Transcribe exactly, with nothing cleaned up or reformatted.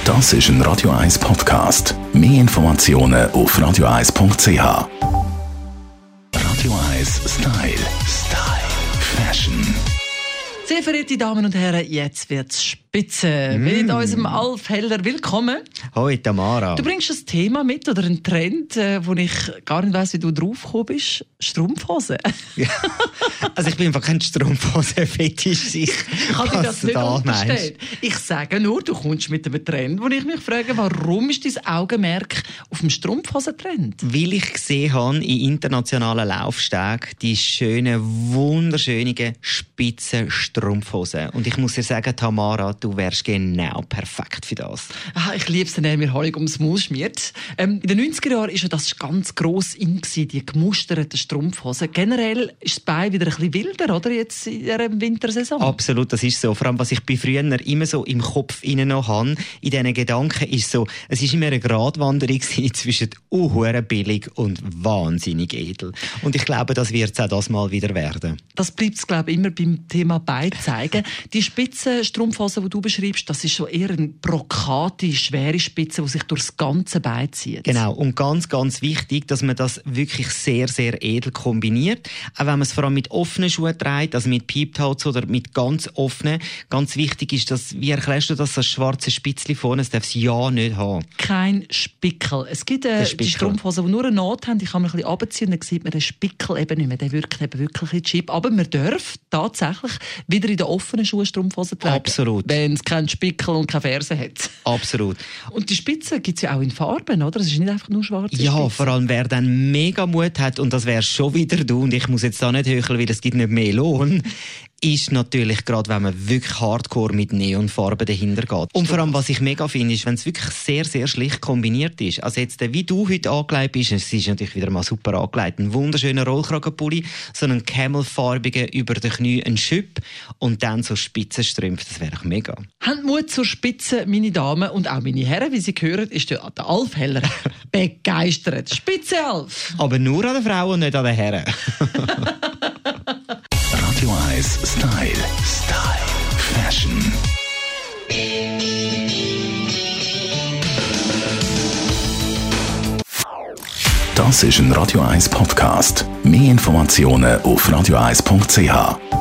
Das ist ein Radio eins Podcast. Mehr Informationen auf radio eins punkt c h. Radio eins Style. Style. Fashion. Sehr verehrte Damen und Herren, jetzt wird's spitze. Mm. Mit unserem Alf Heller willkommen. Hoi Tamara. Du bringst ein Thema mit oder einen Trend, äh, wo ich gar nicht weiss, wie du drauf gekommen bist. Strumpfhosen. Ja. Also ich bin einfach kein Strumpfhosen-Fetisch. Ich kann dir das nicht unterstellen. Ich sage nur, du kommst mit einem Trend, wo ich mich frage, warum ist dein Augenmerk auf dem Strumpfhosen-Trend? Weil ich gesehen habe in internationalen Laufstegen die schönen, wunderschönen, spitzen Strumpfhosen. Und ich muss dir sagen, Tamara, du wärst genau perfekt für das. Ah, ich liebe es, wenn er mir Honig ums Maul schmiert. Ähm, in den neunziger Jahren war ja das ganz gross in, die gemusterten Strumpfhosen. Generell ist das Bein wieder ein bisschen wilder, oder? Jetzt in der Wintersaison. Absolut, das ist so. Vor allem, was ich bei früher immer so im Kopf noch habe, in diesen Gedanken, ist so, es war immer eine Gratwanderung zwischen uhuere billig und wahnsinnig edel. Und ich glaube, das wird es auch das Mal wieder werden. Das bleibt es, glaube ich, immer beim Thema Bein zeigen. Die spitzen Strumpfhosen, die du beschreibst, das ist so eher eine brokate, schwere Spitze, die sich durch das ganze Bein zieht. Genau. Und ganz, ganz wichtig, dass man das wirklich sehr, sehr edel kombiniert. Auch wenn man es vor allem mit offenen Schuhen trägt, also mit Peep-Toes oder mit ganz offenen. Ganz wichtig ist, dass, wie erklärst du das, das schwarze Spitzli vorne, das darf es ja nicht haben. Kein Spickel. Es gibt äh, Spickel. Die Strumpfhosen, die nur eine Naht haben, die kann man ein bisschen runterziehen und dann sieht man den Spickel eben nicht mehr. Der wirkt eben wirklich ein Chip. Aber man darf tatsächlich wieder in den offenen Schuhen Strumpfhosen tragen. Absolut. Wenn es keinen Spickel und keine Ferse hat. Absolut. Und die Spitze gibt es ja auch in Farben, oder? Es ist nicht einfach nur schwarze Ja, Spitze. vor allem wer dann mega Mut hat, und das wäre schon wieder du, und ich muss jetzt da nicht höcheln, weil es gibt nicht mehr Lohn, ist natürlich gerade, wenn man wirklich hardcore mit Neonfarben dahinter geht. Und vor allem, was ich mega finde, ist, wenn es wirklich sehr, sehr schlicht kombiniert ist. Also jetzt, wie du heute angelegt bist, es ist natürlich wieder mal super angelegt, ein wunderschöner Rollkragenpulli, so einen camelfarbigen über den Knie, ein Schüpp und dann so Spitzenstrümpfe, das wäre mega. Habt Mut zur Spitze, meine Damen und auch meine Herren, wie Sie hören, ist der Alf Heller begeistert. Spitze Alf! Aber nur an den Frauen und nicht an den Herren. Radio eins Style. Style. Fashion. Das ist ein Radio eins Podcast. Mehr Informationen auf radio eins punkt c h.